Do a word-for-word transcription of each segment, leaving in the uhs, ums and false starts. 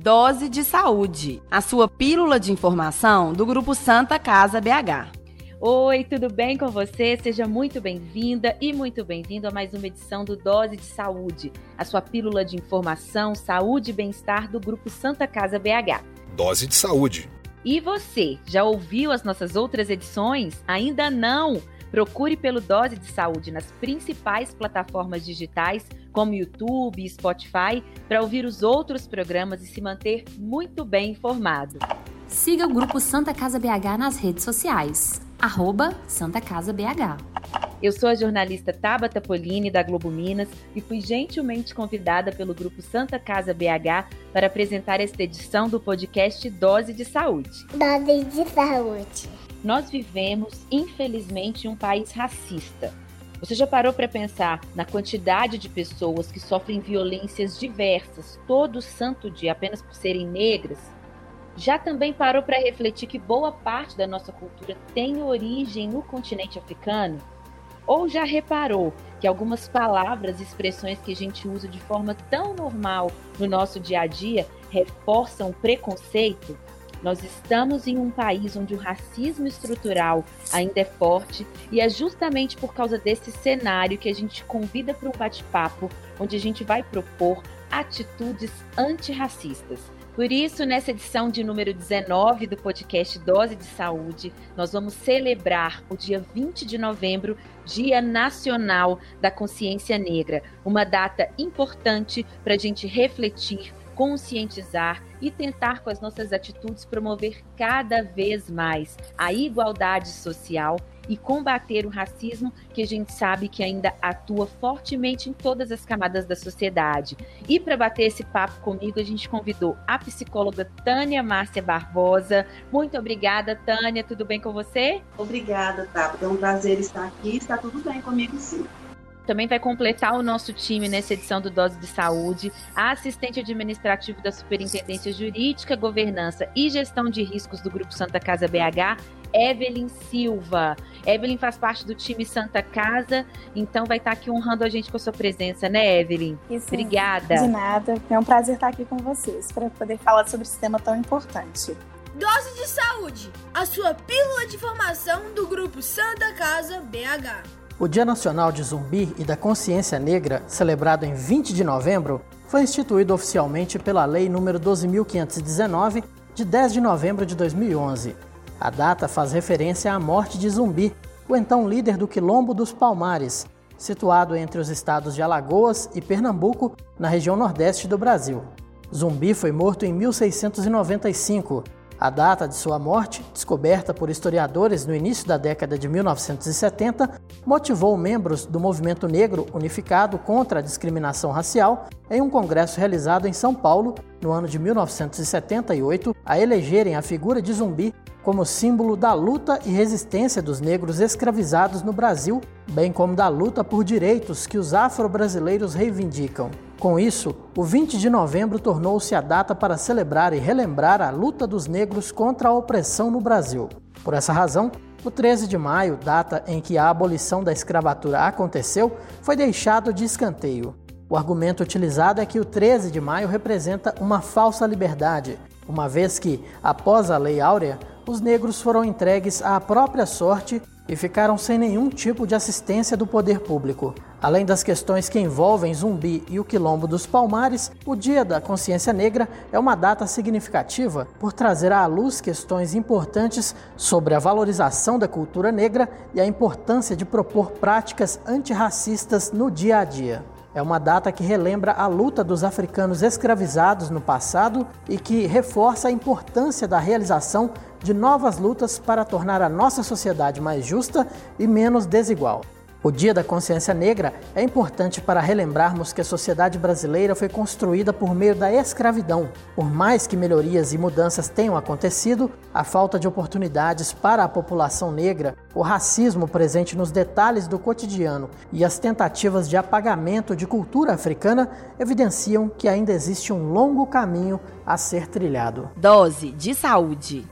Dose de Saúde, a sua pílula de informação do Grupo Santa Casa B H. Oi, tudo bem com você? Seja muito bem-vinda e muito bem-vindo a mais uma edição do Dose de Saúde, a sua pílula de informação, saúde e bem-estar do Grupo Santa Casa B H. Dose de Saúde. E você, já ouviu as nossas outras edições? Ainda não? Procure pelo Dose de Saúde nas principais plataformas digitais, como YouTube e Spotify, para ouvir os outros programas e se manter muito bem informado. Siga o Grupo Santa Casa B H nas redes sociais, arroba Santa Casa B H. Eu sou a jornalista Tabata Polini, da Globo Minas, e fui gentilmente convidada pelo Grupo Santa Casa B H para apresentar esta edição do podcast Dose de Saúde. Dose de Saúde. Nós vivemos, infelizmente, em um país racista. Você já parou para pensar na quantidade de pessoas que sofrem violências diversas todo santo dia apenas por serem negras? Já também parou para refletir que boa parte da nossa cultura tem origem no continente africano? Ou já reparou que algumas palavras e expressões que a gente usa de forma tão normal no nosso dia a dia reforçam o preconceito? Nós estamos em um país onde o racismo estrutural ainda é forte e é justamente por causa desse cenário que a gente convida para um bate-papo onde a gente vai propor atitudes antirracistas. Por isso, nessa edição de número dezenove do podcast Dose de Saúde, nós vamos celebrar o dia vinte de novembro, Dia Nacional da Consciência Negra, uma data importante para a gente refletir, conscientizar e tentar com as nossas atitudes promover cada vez mais a igualdade social e combater o racismo que a gente sabe que ainda atua fortemente em todas as camadas da sociedade. E para bater esse papo comigo, a gente convidou a psicóloga Tânia Márcia Barbosa. Muito obrigada, Tânia. Tudo bem com você? Obrigada, Tabata. É um prazer estar aqui. Está tudo bem comigo, sim. Também vai completar o nosso time nessa edição do Dose de Saúde, a assistente administrativa da Superintendência Jurídica, Governança e Gestão de Riscos do Grupo Santa Casa B H, Evelyn Silva. Evelyn faz parte do time Santa Casa, então vai estar aqui honrando a gente com a sua presença, né, Evelyn? Isso, obrigada. De nada, é um prazer estar aqui com vocês, para poder falar sobre esse tema tão importante. Dose de Saúde, a sua pílula de informação do Grupo Santa Casa B H. O Dia Nacional de Zumbi e da Consciência Negra, celebrado em vinte de novembro, foi instituído oficialmente pela Lei número doze mil quinhentos e dezenove, de dez de novembro de dois mil e onze. A data faz referência à morte de Zumbi, o então líder do Quilombo dos Palmares, situado entre os estados de Alagoas e Pernambuco, na região nordeste do Brasil. Zumbi foi morto em mil seiscentos e noventa e cinco. A data de sua morte, descoberta por historiadores no início da década de mil novecentos e setenta, motivou membros do Movimento Negro Unificado contra a Discriminação Racial, em um congresso realizado em São Paulo, no ano de mil novecentos e setenta e oito, a elegerem a figura de Zumbi como símbolo da luta e resistência dos negros escravizados no Brasil, bem como da luta por direitos que os afro-brasileiros reivindicam. Com isso, o vinte de novembro tornou-se a data para celebrar e relembrar a luta dos negros contra a opressão no Brasil. Por essa razão, o treze de maio, data em que a abolição da escravatura aconteceu, foi deixado de escanteio. O argumento utilizado é que o treze de maio representa uma falsa liberdade, uma vez que, após a Lei Áurea, os negros foram entregues à própria sorte e ficaram sem nenhum tipo de assistência do poder público. Além das questões que envolvem Zumbi e o Quilombo dos Palmares, o Dia da Consciência Negra é uma data significativa por trazer à luz questões importantes sobre a valorização da cultura negra e a importância de propor práticas antirracistas no dia a dia. É uma data que relembra a luta dos africanos escravizados no passado e que reforça a importância da realização de novas lutas para tornar a nossa sociedade mais justa e menos desigual. O Dia da Consciência Negra é importante para relembrarmos que a sociedade brasileira foi construída por meio da escravidão. Por mais que melhorias e mudanças tenham acontecido, a falta de oportunidades para a população negra, o racismo presente nos detalhes do cotidiano e as tentativas de apagamento de cultura africana evidenciam que ainda existe um longo caminho a ser trilhado. Dose de Saúde.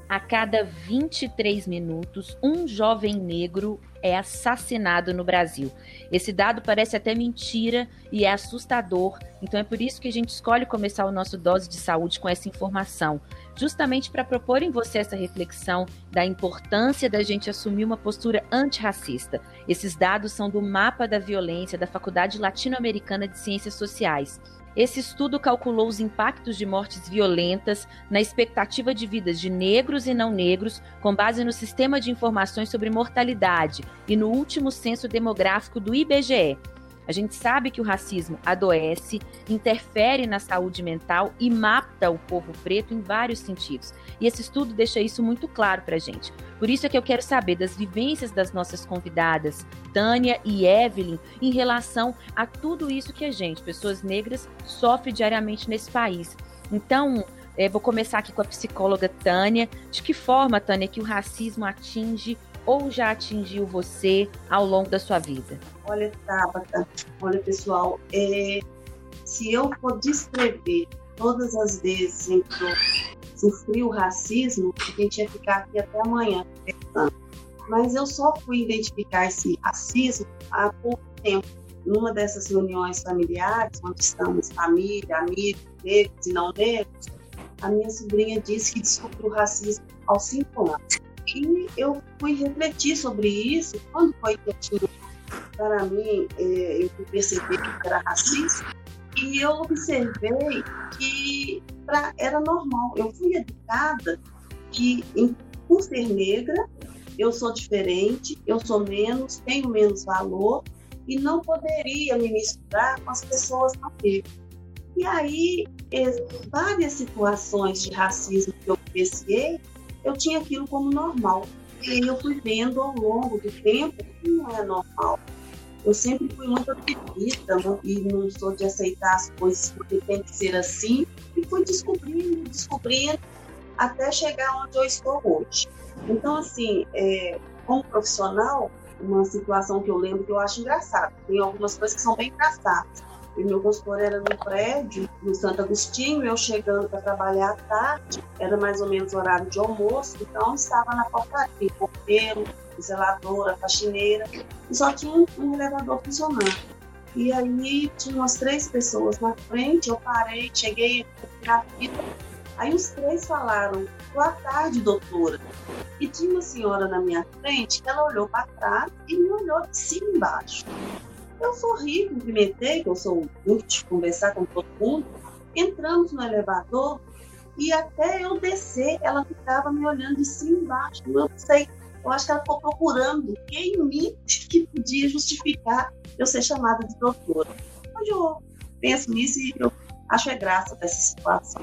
A cada vinte e três minutos, um jovem negro é assassinado no Brasil. Esse dado parece até mentira e é assustador, então é por isso que a gente escolhe começar o nosso Dose de Saúde com essa informação, justamente para propor em você essa reflexão da importância da gente assumir uma postura antirracista. Esses dados são do Mapa da Violência da Faculdade Latino-Americana de Ciências Sociais. Esse estudo calculou os impactos de mortes violentas na expectativa de vidas de negros e não negros, com base no Sistema de Informações sobre Mortalidade e no último censo demográfico do I B G E. A gente sabe que o racismo adoece, interfere na saúde mental e mata o povo preto em vários sentidos. E esse estudo deixa isso muito claro para a gente. Por isso é que eu quero saber das vivências das nossas convidadas, Tânia e Evelyn, em relação a tudo isso que a gente, pessoas negras, sofre diariamente nesse país. Então, eu vou começar aqui com a psicóloga Tânia. De que forma, Tânia, que o racismo atinge ou já atingiu você ao longo da sua vida? Olha, Tabata, olha, pessoal, é, se eu for descrever todas as vezes em que eu sofri o racismo, a gente ia ficar aqui até amanhã pensando. Mas eu só fui identificar esse racismo há pouco tempo. Numa dessas reuniões familiares, onde estamos família, amigos, negros e não negros, a minha sobrinha disse que descobriu o racismo aos cinco anos. E eu fui refletir sobre isso, quando foi que eu tinha, para mim, é, eu fui perceber que era racismo, e eu observei que pra, era normal. Eu fui educada que, em, por ser negra, eu sou diferente, eu sou menos, tenho menos valor, e não poderia me misturar com as pessoas não negras. E aí, é, várias situações de racismo que eu presenciei, eu tinha aquilo como normal. E aí eu fui vendo ao longo do tempo que não é normal. Eu sempre fui muito ativista e não sou de aceitar as coisas porque tem que ser assim. E fui descobrindo, descobrindo, até chegar onde eu estou hoje. Então, assim, é, como profissional, uma situação que eu lembro que eu acho engraçada. Tem algumas coisas que são bem engraçadas. O meu consultório era no prédio, no Santo Agostinho, eu chegando para trabalhar à tarde, era mais ou menos horário de almoço, então estava na portaria, o porteiro, o zelador, a faxineira, e só tinha um, um elevador funcionando. E aí tinha umas três pessoas na frente, eu parei, cheguei na fila, aí os três falaram, boa tarde, doutora. E tinha uma senhora na minha frente, que ela olhou para trás e me olhou de cima e embaixo. Eu sorri, cumprimentei, que eu sou muito de conversar com todo mundo. Entramos no elevador e até eu descer, ela ficava me olhando de cima e embaixo. Eu não sei, eu acho que ela ficou procurando quem em mim que podia justificar eu ser chamada de doutora. Hoje eu penso nisso e eu acho é graça dessa situação.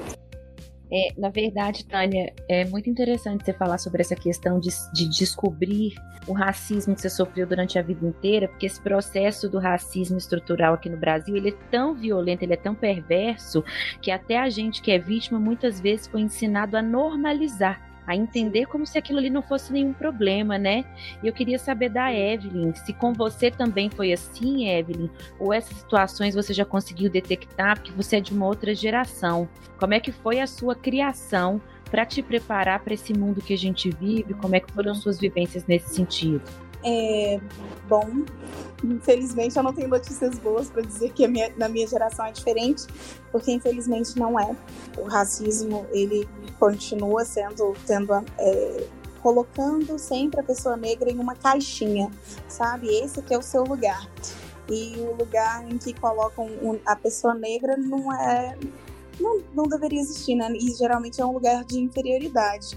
É, na verdade, Tânia, é muito interessante você falar sobre essa questão de, de descobrir o racismo que você sofreu durante a vida inteira, porque esse processo do racismo estrutural aqui no Brasil, ele é tão violento, ele é tão perverso, que até a gente que é vítima, muitas vezes foi ensinado a normalizar, a entender como se aquilo ali não fosse nenhum problema, né? E eu queria saber da Evelyn, se com você também foi assim, Evelyn, ou essas situações você já conseguiu detectar, porque você é de uma outra geração. Como é que foi a sua criação para te preparar para esse mundo que a gente vive? Como é que foram suas vivências nesse sentido? É, bom, infelizmente eu não tenho notícias boas para dizer que a minha, na minha geração é diferente, porque infelizmente não é. O racismo, ele continua sendo, tendo, é, colocando sempre a pessoa negra em uma caixinha, sabe? Esse que é o seu lugar. E o lugar em que colocam a pessoa negra não é, não, não deveria existir, né? E geralmente é um lugar de inferioridade.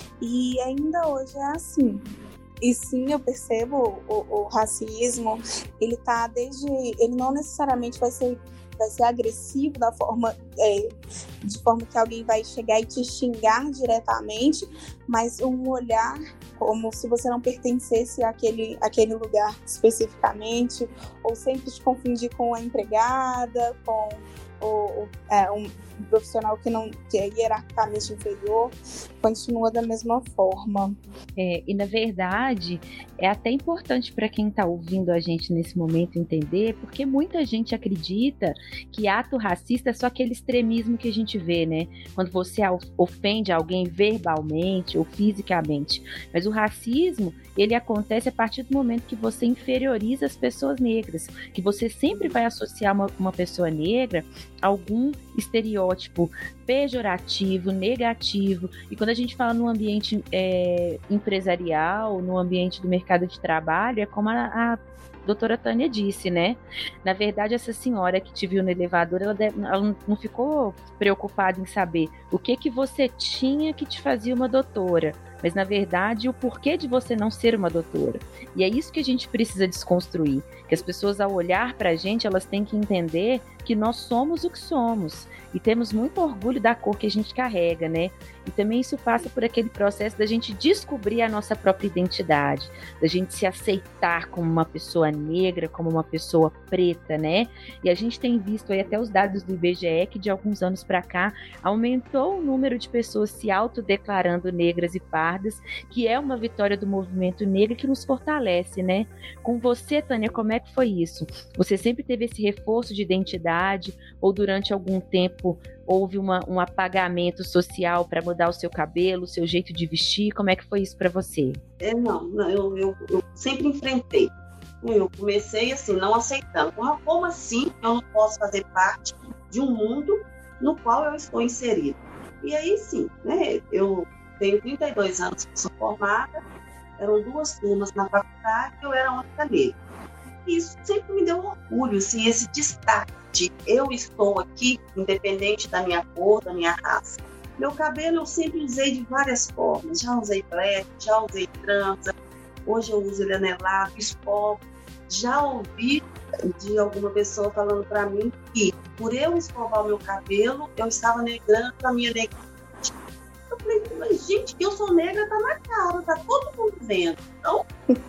E ainda hoje é assim. E sim, eu percebo o, o racismo, ele tá desde, ele não necessariamente vai ser, vai ser agressivo da forma, é, de forma que alguém vai chegar e te xingar diretamente, mas um olhar como se você não pertencesse àquele, àquele lugar especificamente, ou sempre te confundir com a empregada, com ou é, um profissional que não que é hierarquicamente inferior, continua da mesma forma. É, e na verdade é até importante para quem está ouvindo a gente nesse momento entender, porque muita gente acredita que ato racista é só aquele extremismo que a gente vê, né? Quando você ofende alguém verbalmente ou fisicamente. Mas o racismo, ele acontece a partir do momento que você inferioriza as pessoas negras, que você sempre vai associar uma, uma pessoa negra a algum estereótipo pejorativo, negativo. E quando a gente fala no ambiente é, empresarial, no ambiente do mercado de trabalho, é como a, a doutora Tânia disse, né? Na verdade, essa senhora que te viu no elevador, ela, deve, ela não ficou preocupada em saber o que que você tinha que te fazia uma doutora, mas na verdade o porquê de você não ser uma doutora. E é isso que a gente precisa desconstruir, que as pessoas, ao olhar pra gente, elas têm que entender que nós somos o que somos e temos muito orgulho da cor que a gente carrega, né? E também isso passa por aquele processo da gente descobrir a nossa própria identidade, da gente se aceitar como uma pessoa negra, como uma pessoa preta, né? E a gente tem visto aí até os dados do I B G E que de alguns anos para cá aumentou o número de pessoas se autodeclarando negras e pardas, que é uma vitória do movimento negro que nos fortalece, né? Com você, Tânia, como é que foi isso? Você sempre teve esse reforço de identidade ou durante algum tempo houve uma, um apagamento social para mudar o seu cabelo, o seu jeito de vestir? Como é que foi isso para você? É, não, não eu, eu, eu sempre enfrentei. Eu comecei assim, não aceitando. Como, como assim eu não posso fazer parte de um mundo no qual eu estou inserida? E aí sim, né? Eu tenho trinta e dois anos que sou formada, eram duas turmas na faculdade e eu era uma única negra. E isso sempre me deu orgulho, assim, esse destaque de eu estou aqui, independente da minha cor, da minha raça. Meu cabelo eu sempre usei de várias formas, já usei black, já usei trança, hoje eu uso ele anelado, escovo. Já ouvi de alguma pessoa falando para mim que por eu escovar o meu cabelo, eu estava negando a minha negritude. Eu falei, mas gente, que eu sou negra tá na cara, tá todo mundo vendo. Então,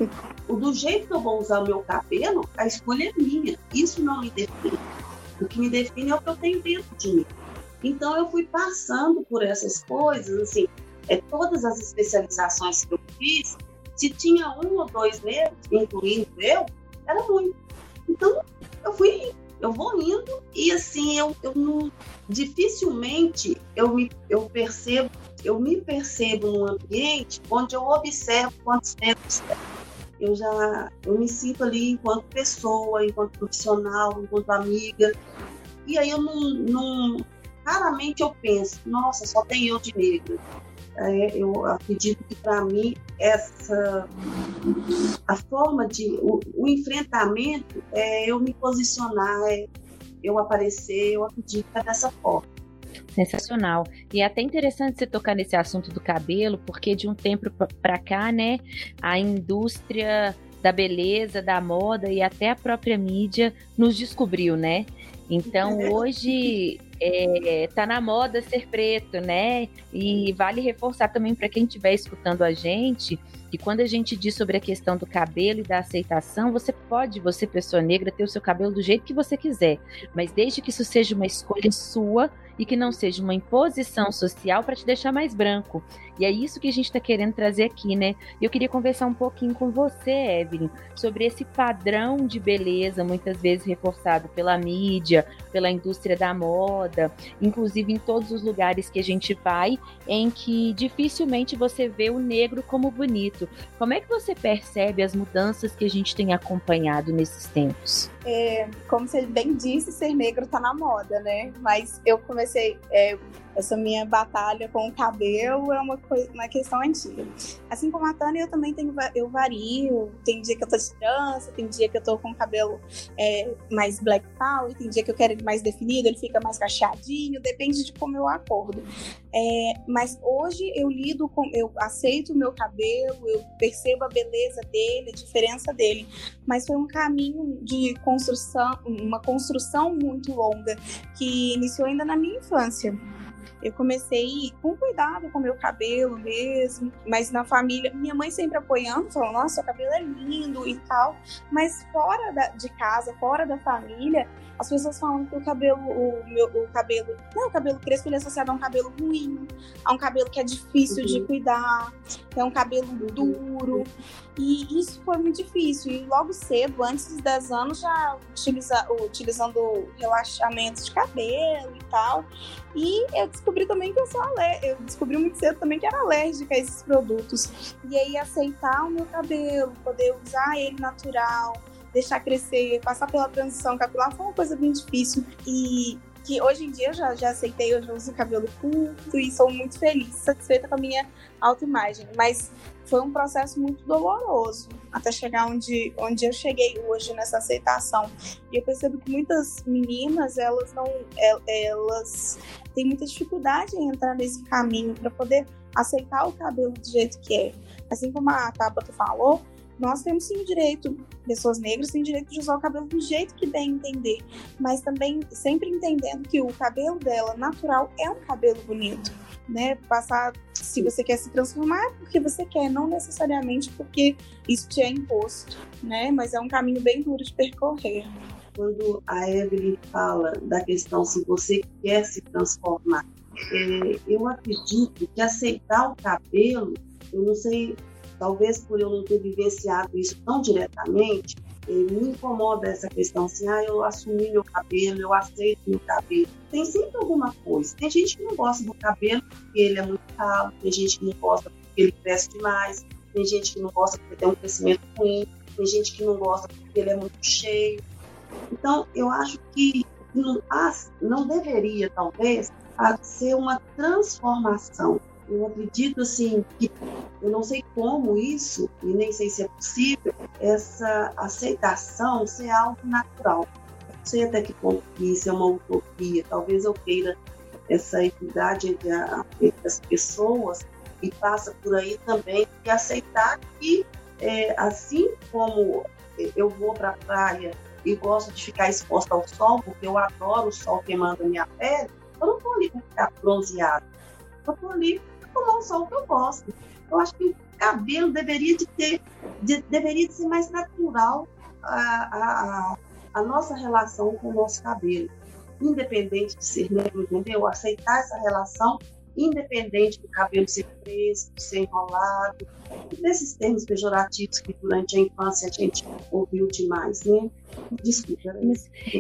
do jeito que eu vou usar o meu cabelo, a escolha é minha. Isso não me define. O que me define é o que eu tenho dentro de mim. Então, eu fui passando por essas coisas, assim, é, todas as especializações que eu fiz, se tinha um ou dois negros, incluindo eu, era muito. Então, eu fui, eu vou indo e, assim, eu, eu não, dificilmente eu me, eu percebo, eu me percebo num ambiente onde eu observo quantos negros tem. Eu já, eu me sinto ali enquanto pessoa, enquanto profissional, enquanto amiga. E aí eu não, não raramente eu penso, nossa, só tem eu de negra. É, eu acredito que para mim essa a forma de o, o enfrentamento é eu me posicionar, é eu aparecer, eu acredito que é dessa forma. Sensacional. E é até interessante você tocar nesse assunto do cabelo, porque de um tempo para cá, né, a indústria da beleza, da moda e até a própria mídia nos descobriu, né? Então hoje é, tá na moda ser preto, né? E vale reforçar também para quem estiver escutando a gente, que quando a gente diz sobre a questão do cabelo e da aceitação, você pode, você pessoa negra, ter o seu cabelo do jeito que você quiser, mas desde que isso seja uma escolha sua e que não seja uma imposição social para te deixar mais branco. E é isso que a gente está querendo trazer aqui, né? E eu queria conversar um pouquinho com você, Evelyn, sobre esse padrão de beleza, muitas vezes reforçado pela mídia, pela indústria da moda, inclusive em todos os lugares que a gente vai, em que dificilmente você vê o negro como bonito. Como é que você percebe as mudanças que a gente tem acompanhado nesses tempos? É, como você bem disse, ser negro tá na moda, né? Mas eu comecei... É, essa minha batalha com o cabelo é uma, coisa, uma questão antiga. Assim como a Tânia, eu também tenho, eu vario. Tem dia que eu tô de trança, tem dia que eu tô com o cabelo é, mais black power, tem dia que eu quero ele mais definido, ele fica mais cacheadinho, depende de como eu acordo. É, mas hoje eu lido com, eu aceito o meu cabelo, eu percebo a beleza dele, a diferença dele. Mas foi um caminho de construção, uma construção muito longa, que iniciou ainda na minha infância. Eu comecei com cuidado com o meu cabelo mesmo, mas na família, minha mãe sempre apoiando, falando, nossa, seu cabelo é lindo e tal, mas fora da, de casa, fora da família, as pessoas falam que o cabelo, o meu o cabelo, não, o cabelo crespo ele é associado a um cabelo ruim, a um cabelo que é difícil uhum. de cuidar, que é um cabelo duro, e isso foi muito difícil, e logo cedo, antes dos dez anos, já utiliza, utilizando relaxamento de cabelo e tal, e eu descobri também que eu sou alérgica, eu descobri muito cedo também que era alérgica a esses produtos, e aí aceitar o meu cabelo, poder usar ele natural, deixar crescer, passar pela transição capilar foi uma coisa bem difícil, e que hoje em dia eu já, já aceitei, eu já uso cabelo curto e sou muito feliz, satisfeita com a minha autoimagem, mas foi um processo muito doloroso até chegar onde, onde eu cheguei hoje nessa aceitação. E eu percebo que muitas meninas, elas não, elas têm muita dificuldade em entrar nesse caminho para poder aceitar o cabelo do jeito que é. Assim como a Tabata falou, nós temos sim o direito, pessoas negras têm direito de usar o cabelo do jeito que bem entender, mas também sempre entendendo que o cabelo dela natural é um cabelo bonito, né? Passar, se você quer se transformar, é porque você quer, não necessariamente porque isso te é imposto, né? Mas é um caminho bem duro de percorrer. Quando a Evelyn fala da questão se você quer se transformar, é, eu acredito que aceitar o cabelo, eu não sei, talvez por eu não ter vivenciado isso tão diretamente, eh, me incomoda essa questão assim, ah, eu assumi meu cabelo, eu aceito meu cabelo. Tem sempre alguma coisa. Tem gente que não gosta do cabelo porque ele é muito ralo, tem gente que não gosta porque ele cresce demais, tem gente que não gosta porque tem um crescimento ruim, tem gente que não gosta porque ele é muito cheio. Então, eu acho que não, não deveria, talvez, ser uma transformação. Eu acredito, assim, que eu não sei como isso, e nem sei se é possível, essa aceitação ser algo natural. Não sei até que ponto que isso é uma utopia. Talvez eu queira essa equidade entre, a, entre as pessoas e passa por aí também de aceitar que, é, assim como eu vou para a praia e gosto de ficar exposta ao sol, porque eu adoro o sol queimando a minha pele, eu não estou ali para ficar bronzeada. Eu estou ali tomar um sol que eu gosto. Eu acho que o cabelo deveria de ter, de, deveria de ser mais natural a, a, a nossa relação com o nosso cabelo, independente de ser negro, entendeu? Aceitar essa relação, independente do cabelo ser crespo, ser enrolado, desses termos pejorativos que durante a infância a gente ouviu demais, né? Desculpa, né?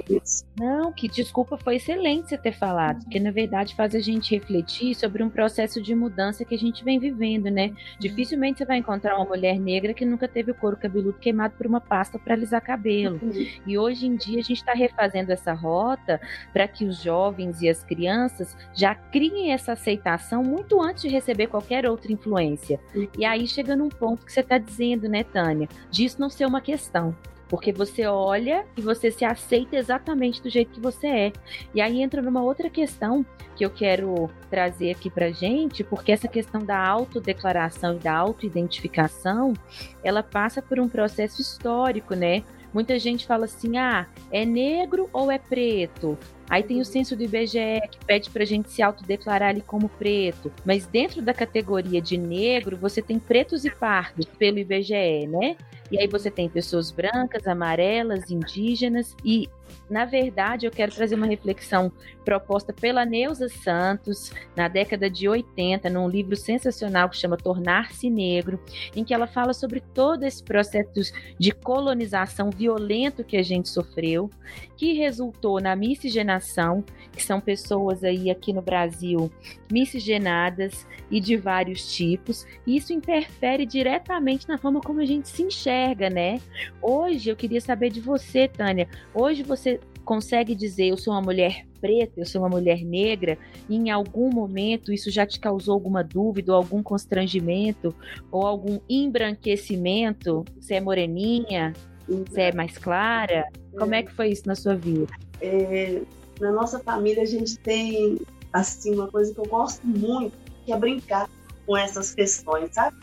Não, que desculpa, foi excelente você ter falado, porque na verdade faz a gente refletir sobre um processo de mudança que a gente vem vivendo, né? Dificilmente você vai encontrar uma mulher negra que nunca teve o couro cabeludo queimado por uma pasta para alisar cabelo. E hoje em dia a gente está refazendo essa rota para que os jovens e as crianças já criem essa aceitação muito antes de receber qualquer outra influência. E aí chega num ponto que você está dizendo, né, Tânia, disso não ser uma questão. Porque você olha e você se aceita exatamente do jeito que você é. E aí entra numa outra questão que eu quero trazer aqui pra gente, porque essa questão da autodeclaração e da autoidentificação, ela passa por um processo histórico, né? Muita gente fala assim, ah, é negro ou é preto? Aí tem o censo do I B G E que pede pra gente se autodeclarar ali como preto. Mas dentro da categoria de negro, você tem pretos e pardos pelo I B G E, né? E aí você tem pessoas brancas, amarelas, indígenas e, na verdade, eu quero trazer uma reflexão proposta pela Neuza Santos na década de oitenta, num livro sensacional que chama Tornar-se Negro, em que ela fala sobre todo esse processo de colonização violento que a gente sofreu, que resultou na miscigenação, que são pessoas aí aqui no Brasil miscigenadas e de vários tipos, e isso interfere diretamente na forma como a gente se enxerga, né? Hoje, eu queria saber de você, Tânia, hoje você consegue dizer, eu sou uma mulher preta, eu sou uma mulher negra, e em algum momento isso já te causou alguma dúvida, ou algum constrangimento, ou algum embranquecimento? Você é moreninha? Você é mais clara? Como é que foi isso na sua vida? É, na nossa família a gente tem, assim, uma coisa que eu gosto muito, que é brincar com essas questões, sabe?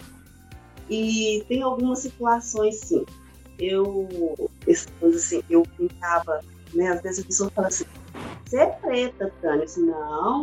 E tem algumas situações, sim. Eu, assim, eu brincava, né? Às vezes a pessoa fala assim, você é preta, Tânia? Assim, não,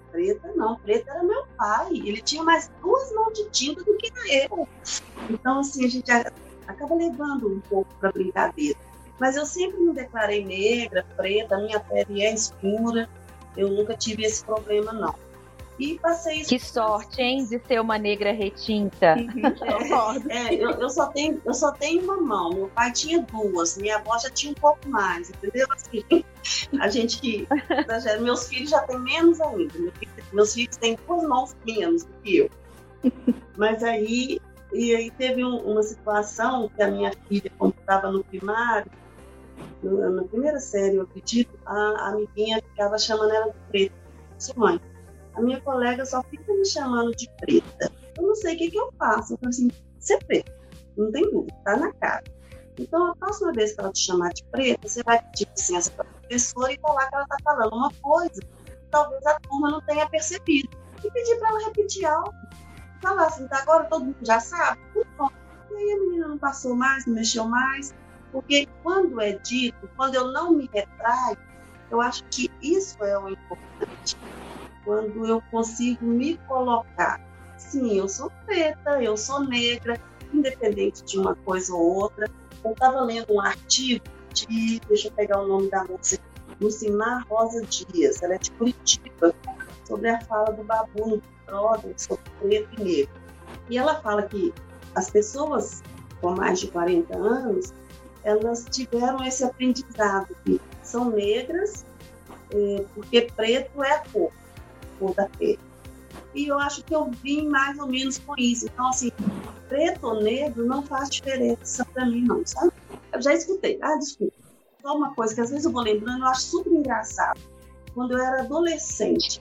preta não, preta era meu pai, ele tinha mais duas mãos de tinta do que eu. Então, assim, a gente acaba levando um pouco para brincadeira. Mas eu sempre me declarei negra, preta, a minha pele é escura, eu nunca tive esse problema, não. E passei isso. Que sorte, hein, de ser uma negra retinta. É, é eu, eu, só tenho, eu só tenho uma mão. Meu pai tinha duas, minha avó já tinha um pouco mais, entendeu? Assim, a gente que. Meus filhos já têm menos ainda. Meus filhos têm duas mãos menos do que eu. Mas aí, e aí teve um, uma situação que a minha filha, quando estava no primário, no, na primeira série, eu acredito, a, a amiguinha ficava chamando ela de preta. Sua mãe. A minha colega só fica me chamando de preta. Eu não sei o que, que eu faço. Eu falo assim, você é preta, não tem dúvida, tá na cara. Então, a próxima vez que ela te chamar de preta, você vai pedir licença para a professora e falar que ela está falando uma coisa que talvez a turma não tenha percebido. E pedir para ela repetir algo. Falar assim, tá, agora todo mundo já sabe? Bom. E aí a menina não passou mais, não mexeu mais. Porque quando é dito, quando eu não me retraio, eu acho que isso é o importante. Quando eu consigo me colocar, sim, eu sou preta, eu sou negra, independente de uma coisa ou outra. Eu estava lendo um artigo de, deixa eu pegar o nome da moça, Lucimar Rosa Dias, ela é de Curitiba, sobre a fala do Babu no Brother, sobre preto e negro. E ela fala que as pessoas com mais de quarenta anos, elas tiveram esse aprendizado, que são negras, é, porque preto é a cor. Da pele. E eu acho que eu vim mais ou menos com isso. Então, assim, preto ou negro não faz diferença para mim, não, sabe? Eu já escutei. Ah, desculpa. Só uma coisa que às vezes eu vou lembrando, eu acho super engraçado. Quando eu era adolescente,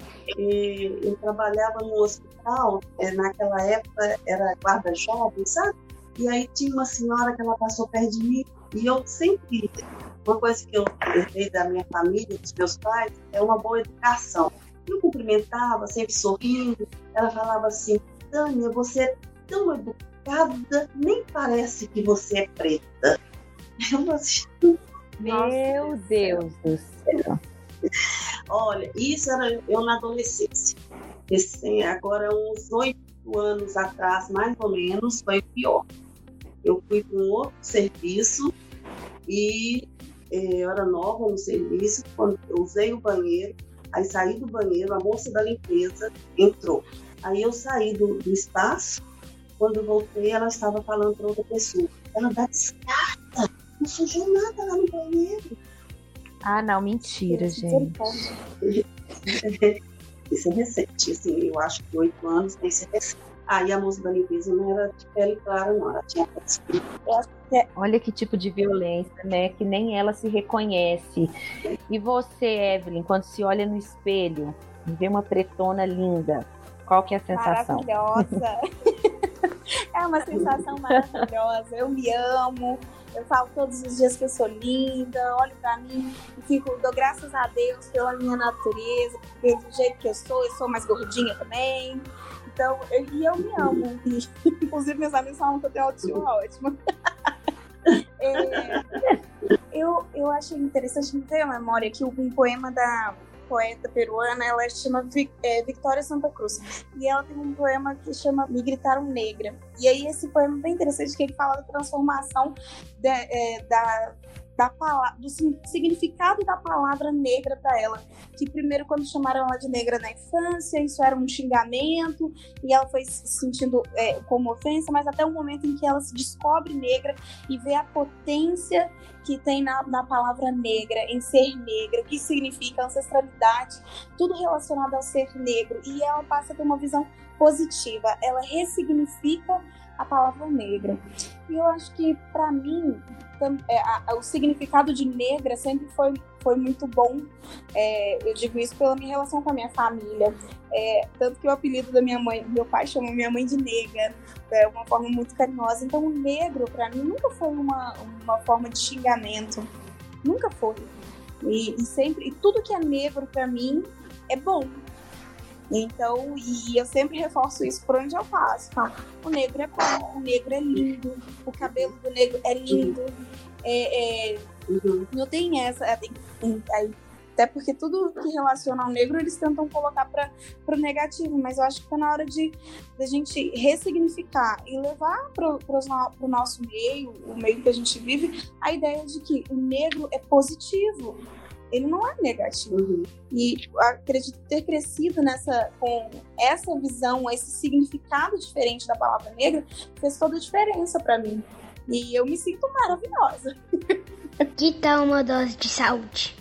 eu trabalhava no hospital, naquela época era guarda jovem, sabe? E aí tinha uma senhora que ela passou perto de mim e eu sempre, uma coisa que eu herdei da minha família, dos meus pais, é uma boa educação. Eu cumprimentava, sempre sorrindo. Ela falava assim, Tânia, você é tão educada, nem parece que você é preta. Eu assim, meu Deus do céu. Olha, isso era eu na adolescência. Esse, agora, uns oito anos atrás, mais ou menos, foi pior. Eu fui para um outro serviço e eh, eu era nova no serviço, quando eu usei o banheiro. Aí saí do banheiro, a moça da limpeza entrou. Aí eu saí do, do espaço, quando eu voltei, ela estava falando para outra pessoa. Ela dá descarta, não sujou nada lá no banheiro. Ah, não, mentira, gente. Isso é recente, assim, eu acho que oito anos tem que ser recente. Aí a moça da limpeza não era de pele clara, não, ela tinha pele escura. Olha que tipo de violência, né? Que nem ela se reconhece. E você, Evelyn, quando se olha no espelho e vê uma pretona linda, qual que é a sensação? Maravilhosa. É uma sensação maravilhosa. Eu me amo. Eu falo todos os dias que eu sou linda. Olho pra mim e fico, dou graças a Deus pela minha natureza, porque do jeito que eu sou, eu sou mais gordinha também. Então, eu, e eu me amo. Inclusive, meus amigos falam que eu tenho autoestima ótima. É, eu, eu achei interessante, me veio a memória que um poema da poeta peruana, ela se chama é, Victoria Santa Cruz, e ela tem um poema que chama Me Gritaram Negra, e aí esse poema é bem interessante, que ele fala da transformação de, é, da, da palavra, do significado da palavra negra para ela, que primeiro quando chamaram ela de negra na infância, isso era um xingamento e ela foi se sentindo é, como ofensa, mas até o momento em que ela se descobre negra e vê a potência que tem na, na palavra negra, em ser negra, o que significa ancestralidade, tudo relacionado ao ser negro, e ela passa a ter uma visão positiva, ela ressignifica a palavra negra. E eu acho que, para mim, é, a, a, o significado de negra sempre foi, foi muito bom. É, eu digo isso pela minha relação com a minha família. É, tanto que o apelido da minha mãe, meu pai chama minha mãe de nega, é uma forma muito carinhosa. Então, o negro, para mim, nunca foi uma, uma forma de xingamento. Nunca foi. E, e sempre, e tudo que é negro, para mim, é bom. Então, e eu sempre reforço isso por onde eu passo, tá? O negro é bom, o negro é lindo, o cabelo do negro é lindo, é, é, uhum. Não tem essa, tem, tem, Até porque tudo que relaciona ao negro, eles tentam colocar para o negativo, mas eu acho que está na hora de, de a gente ressignificar e levar para o nosso meio, o meio que a gente vive, a ideia de que o negro é positivo. Ele não é negativo. Uhum. E acredito ter crescido nessa, com essa visão, esse significado diferente da palavra negra, fez toda a diferença para mim. E eu me sinto maravilhosa. Que tal uma dose de saúde?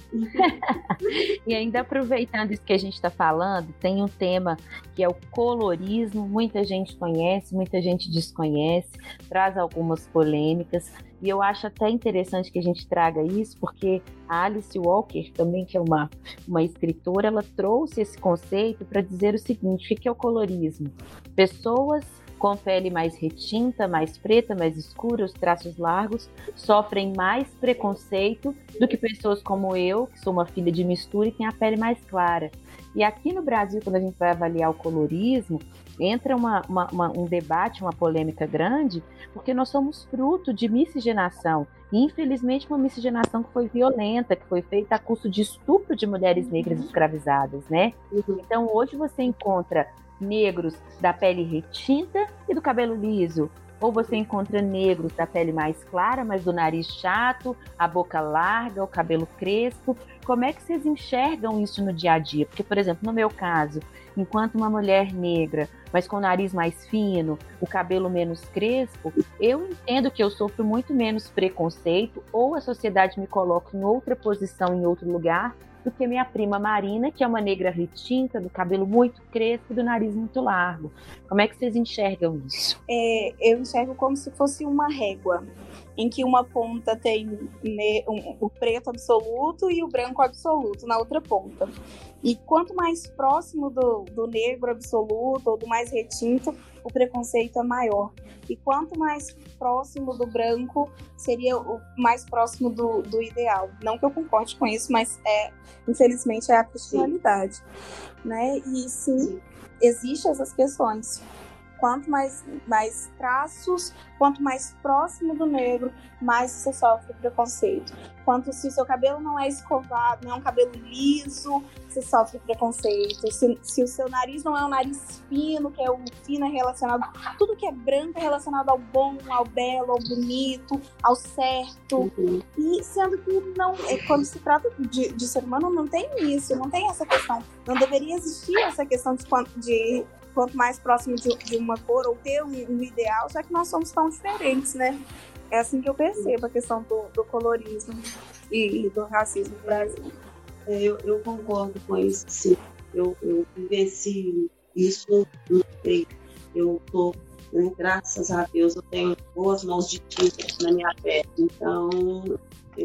E ainda aproveitando isso que a gente está falando, tem um tema que é o colorismo. Muita gente conhece, muita gente desconhece, traz algumas polêmicas. E eu acho até interessante que a gente traga isso, porque a Alice Walker, também, que é uma, uma escritora, ela trouxe esse conceito para dizer o seguinte: o que é o colorismo? Pessoas com pele mais retinta, mais preta, mais escura, os traços largos, sofrem mais preconceito do que pessoas como eu, que sou uma filha de mistura e tem a pele mais clara. E aqui no Brasil, quando a gente vai avaliar o colorismo, entra uma, uma, uma, um debate, uma polêmica grande, porque nós somos fruto de miscigenação. E, infelizmente, uma miscigenação que foi violenta, que foi feita a custo de estupro de mulheres negras escravizadas, né? Então, hoje você encontra negros da pele retinta e do cabelo liso, ou você encontra negros da pele mais clara, mas do nariz chato, a boca larga, o cabelo crespo. Como é que vocês enxergam isso no dia a dia? Porque, por exemplo, no meu caso, enquanto uma mulher negra, mas com o nariz mais fino, o cabelo menos crespo, eu entendo que eu sofro muito menos preconceito, ou a sociedade me coloca em outra posição, em outro lugar, do que minha prima Marina, que é uma negra retinta, do cabelo muito crespo e do nariz muito largo. Como é que vocês enxergam isso? É, eu enxergo como se fosse uma régua, em que uma ponta tem ne- um, o preto absoluto e o branco absoluto na outra ponta. E quanto mais próximo do, do negro absoluto ou do mais retinto, o preconceito é maior. E quanto mais próximo do branco, seria o mais próximo do, do ideal. Não que eu concorde com isso, mas é, infelizmente é a personalidade. Né? E sim, existem essas questões. Quanto mais, mais traços, quanto mais próximo do negro, mais você sofre preconceito. Quanto se o seu cabelo não é escovado, não é um cabelo liso, você sofre preconceito. Se, se o seu nariz não é um nariz fino, que é o fino é relacionado... Tudo que é branco é relacionado ao bom, ao belo, ao bonito, ao certo. Uhum. E sendo que não, quando se trata de, de ser humano, não tem isso, não tem essa questão. Não deveria existir essa questão de... de quanto mais próximo de, de uma cor, ou ter um, um ideal, já que nós somos tão diferentes, né? É assim que eu percebo a questão do, do colorismo e, e do racismo no Brasil. É, eu, eu concordo com isso, sim. Eu, eu vivencio isso, não sei. Eu tô, né, graças a Deus, eu tenho boas mãos de tinta na minha pele. Então, é,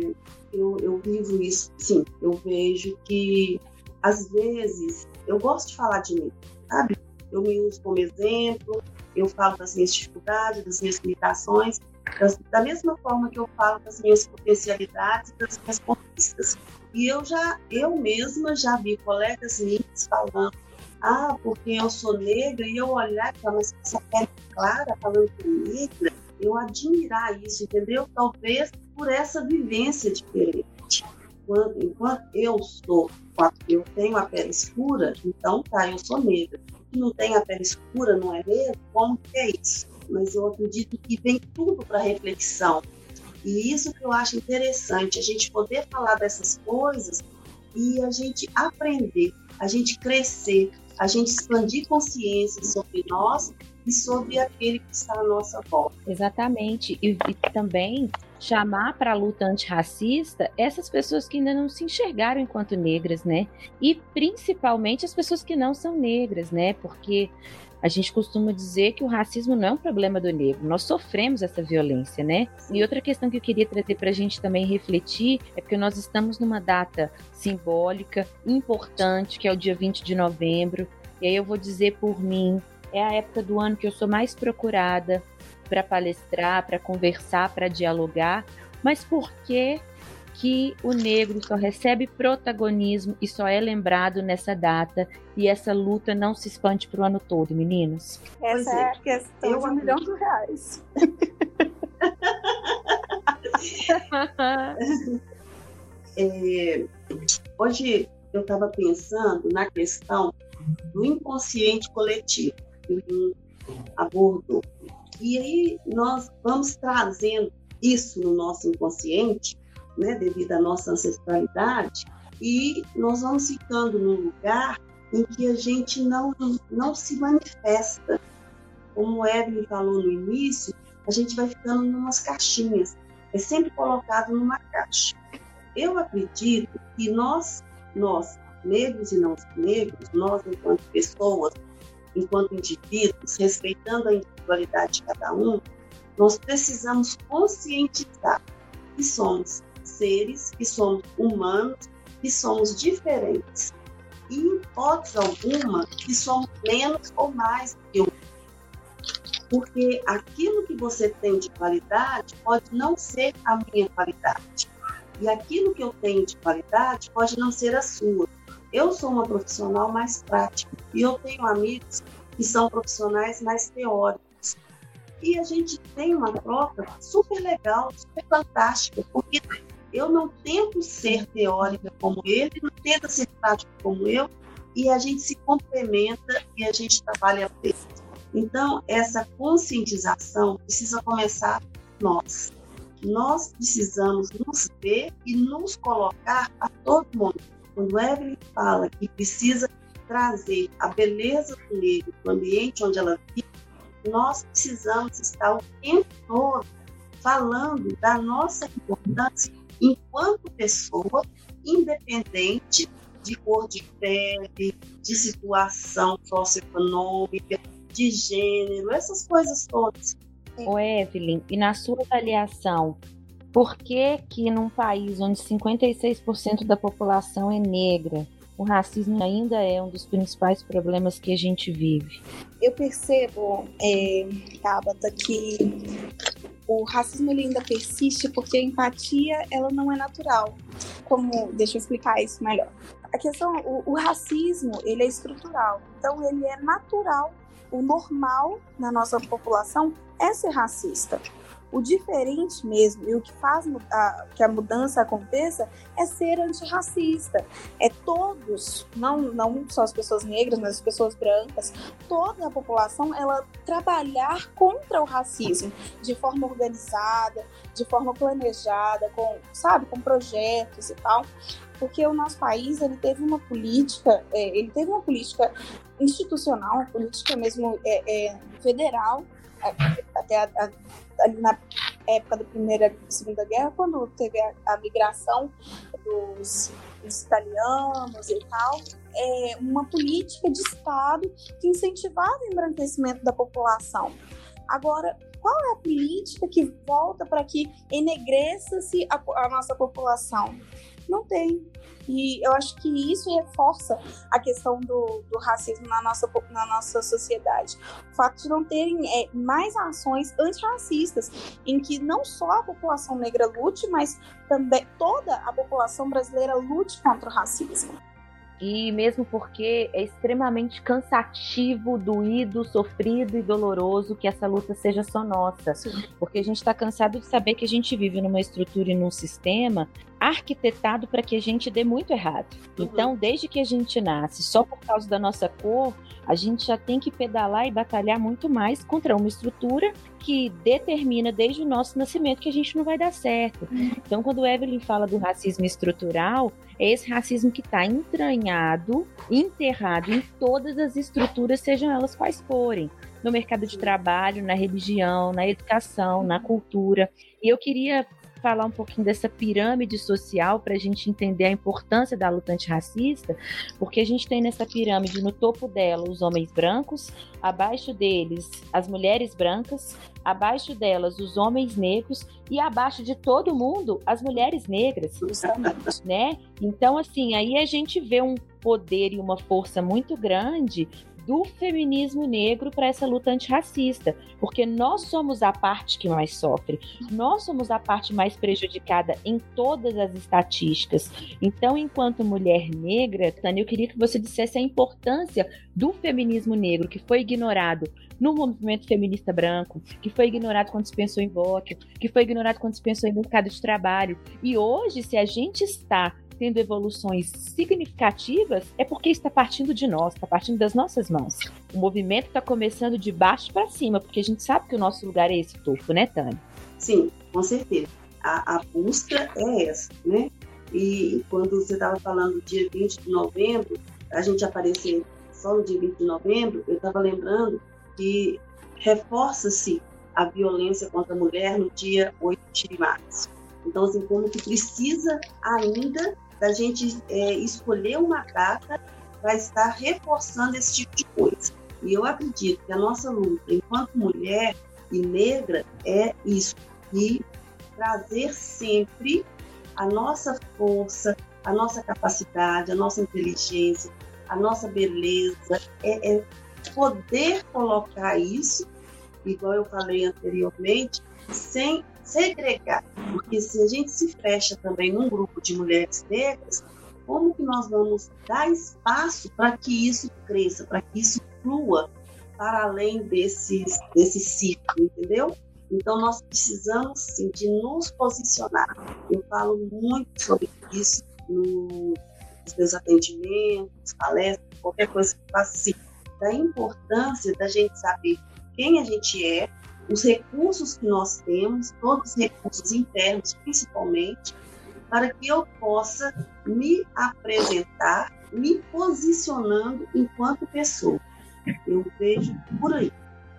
eu, eu vivo isso, sim. Eu vejo que, às vezes, eu gosto de falar de mim, sabe? Eu me uso como exemplo, eu falo das minhas dificuldades, das minhas limitações, das, da mesma forma que eu falo das minhas potencialidades, das minhas conquistas. E eu já, eu mesma já vi colegas minhas falando, ah, porque eu sou negra, e eu olhar e falar, mas essa pele clara, falando que é negra, eu admirar isso, entendeu? Talvez por essa vivência diferente. Quando, enquanto eu sou, eu tenho a pele escura, então tá, eu sou negra. Que não tem a pele escura, não é mesmo? Como que é isso? Mas eu acredito que vem tudo para reflexão. E isso que eu acho interessante, a gente poder falar dessas coisas e a gente aprender, a gente crescer, a gente expandir consciência sobre nós e sobre aquele que está à nossa volta. Exatamente. E, e também chamar para a luta antirracista essas pessoas que ainda não se enxergaram enquanto negras, né? E principalmente as pessoas que não são negras, né? Porque a gente costuma dizer que o racismo não é um problema do negro, nós sofremos essa violência, né? E outra questão que eu queria trazer para a gente também refletir é porque nós estamos numa data simbólica, importante, que é o dia vinte de novembro, e aí eu vou dizer por mim, é a época do ano que eu sou mais procurada para palestrar, para conversar, para dialogar, mas por que que o negro só recebe protagonismo e só é lembrado nessa data e essa luta não se expande para o ano todo, meninas? Essa é a questão eu de um milhão de reais. é, hoje eu estava pensando na questão do inconsciente coletivo, que o Jung abordou. E aí nós vamos trazendo isso no nosso inconsciente, né, devido à nossa ancestralidade, e nós vamos ficando num lugar em que a gente não, não se manifesta. Como o Evelyn falou no início, a gente vai ficando em umas caixinhas, é sempre colocado numa caixa. Eu acredito que nós, nós, negros e não negros, nós enquanto pessoas, enquanto indivíduos, respeitando a individualidade de cada um, nós precisamos conscientizar que somos seres, que somos humanos, que somos diferentes. E, em hipótese alguma, que somos menos ou mais do que o outro. Porque aquilo que você tem de qualidade pode não ser a minha qualidade. E aquilo que eu tenho de qualidade pode não ser a sua. Eu sou uma profissional mais prática e eu tenho amigos que são profissionais mais teóricos. E a gente tem uma troca super legal, super fantástica, porque eu não tento ser teórica como ele, não tento ser prática como eu, e a gente se complementa e a gente trabalha bem. Então, essa conscientização precisa começar nós. Nós precisamos nos ver e nos colocar a todo mundo. Quando o Evelyn fala que precisa trazer a beleza do negro para o ambiente onde ela vive, nós precisamos estar o tempo todo falando da nossa importância enquanto pessoa, independente de cor de pele, de situação socioeconômica, de gênero, essas coisas todas. Ô Evelyn, e na sua avaliação, por que que num país onde cinquenta e seis por cento da população é negra, o racismo ainda é um dos principais problemas que a gente vive? Eu percebo, é, Tabata, que o racismo ele ainda persiste porque a empatia ela não é natural. Como, deixa eu explicar isso melhor. A questão, o, o racismo ele é estrutural, então ele é natural. O normal na nossa população é ser racista. O diferente mesmo, e o que faz a, que a mudança aconteça, é ser antirracista. É todos, não, não só as pessoas negras, mas as pessoas brancas, toda a população, ela trabalhar contra o racismo, de forma organizada, de forma planejada, com, sabe, com projetos e tal. Porque o nosso país, ele teve uma política, é, ele teve uma política institucional, uma política mesmo é, é, federal, até a, a, ali na época da Primeira e Segunda Guerra, quando teve a, a migração dos, dos italianos e tal, é uma política de Estado que incentivava o embranquecimento da população. Agora, qual é a política que volta para que enegreça-se a, a nossa população? Não tem. E eu acho que isso reforça a questão do, do racismo na nossa, na nossa sociedade. O fato de não terem é, mais ações antirracistas, em que não só a população negra lute, mas também toda a população brasileira lute contra o racismo. E mesmo porque é extremamente cansativo, doído, sofrido e doloroso que essa luta seja só nossa. Sim. Porque a gente está cansado de saber que a gente vive numa estrutura e num sistema arquitetado para que a gente dê muito errado. Uhum. Então, desde que a gente nasce, só por causa da nossa cor, a gente já tem que pedalar e batalhar muito mais contra uma estrutura que determina desde o nosso nascimento que a gente não vai dar certo. Uhum. Então, quando o Evelyn fala do racismo estrutural, é esse racismo que está entranhado, enterrado em todas as estruturas, sejam elas quais forem. No mercado de trabalho, na religião, na educação, na cultura. E eu queria falar um pouquinho dessa pirâmide social para a gente entender a importância da luta antirracista, porque a gente tem nessa pirâmide, no topo dela, os homens brancos, abaixo deles, as mulheres brancas, abaixo delas, os homens negros e abaixo de todo mundo, as mulheres negras, né? Então, assim, aí a gente vê um poder e uma força muito grande do feminismo negro para essa luta antirracista, porque nós somos a parte que mais sofre, nós somos a parte mais prejudicada em todas as estatísticas. Então, enquanto mulher negra, Tânia, eu queria que você dissesse a importância do feminismo negro, que foi ignorado no movimento feminista branco, que foi ignorado quando se pensou em voto, que foi ignorado quando se pensou em mercado de trabalho. E hoje, se a gente está tendo evoluções significativas, é porque está partindo de nós, está partindo das nossas mãos. O movimento está começando de baixo para cima, porque a gente sabe que o nosso lugar é esse topo, né, Tânia? Sim, com certeza. A, a busca é essa, né? E quando você estava falando do dia vinte de novembro, a gente aparecer só no dia vinte de novembro, eu estava lembrando que reforça-se a violência contra a mulher no dia oito de março. Então, assim, como que precisa ainda da gente é, escolher uma data para estar reforçando esse tipo de coisa. E eu acredito que a nossa luta, enquanto mulher e negra, é isso, e trazer sempre a nossa força, a nossa capacidade, a nossa inteligência, a nossa beleza, é, é poder colocar isso, igual eu falei anteriormente, sem segregar, porque se a gente se fecha também num grupo de mulheres negras, como que nós vamos dar espaço para que isso cresça, para que isso flua para além desses, desse ciclo, entendeu? Então nós precisamos sim de nos posicionar. Eu falo muito sobre isso nos meus atendimentos, palestras, qualquer coisa que eu faço, assim, da importância da gente saber quem a gente é, os recursos que nós temos, todos os recursos internos, principalmente, para que eu possa me apresentar, me posicionando enquanto pessoa. Eu vejo por aí.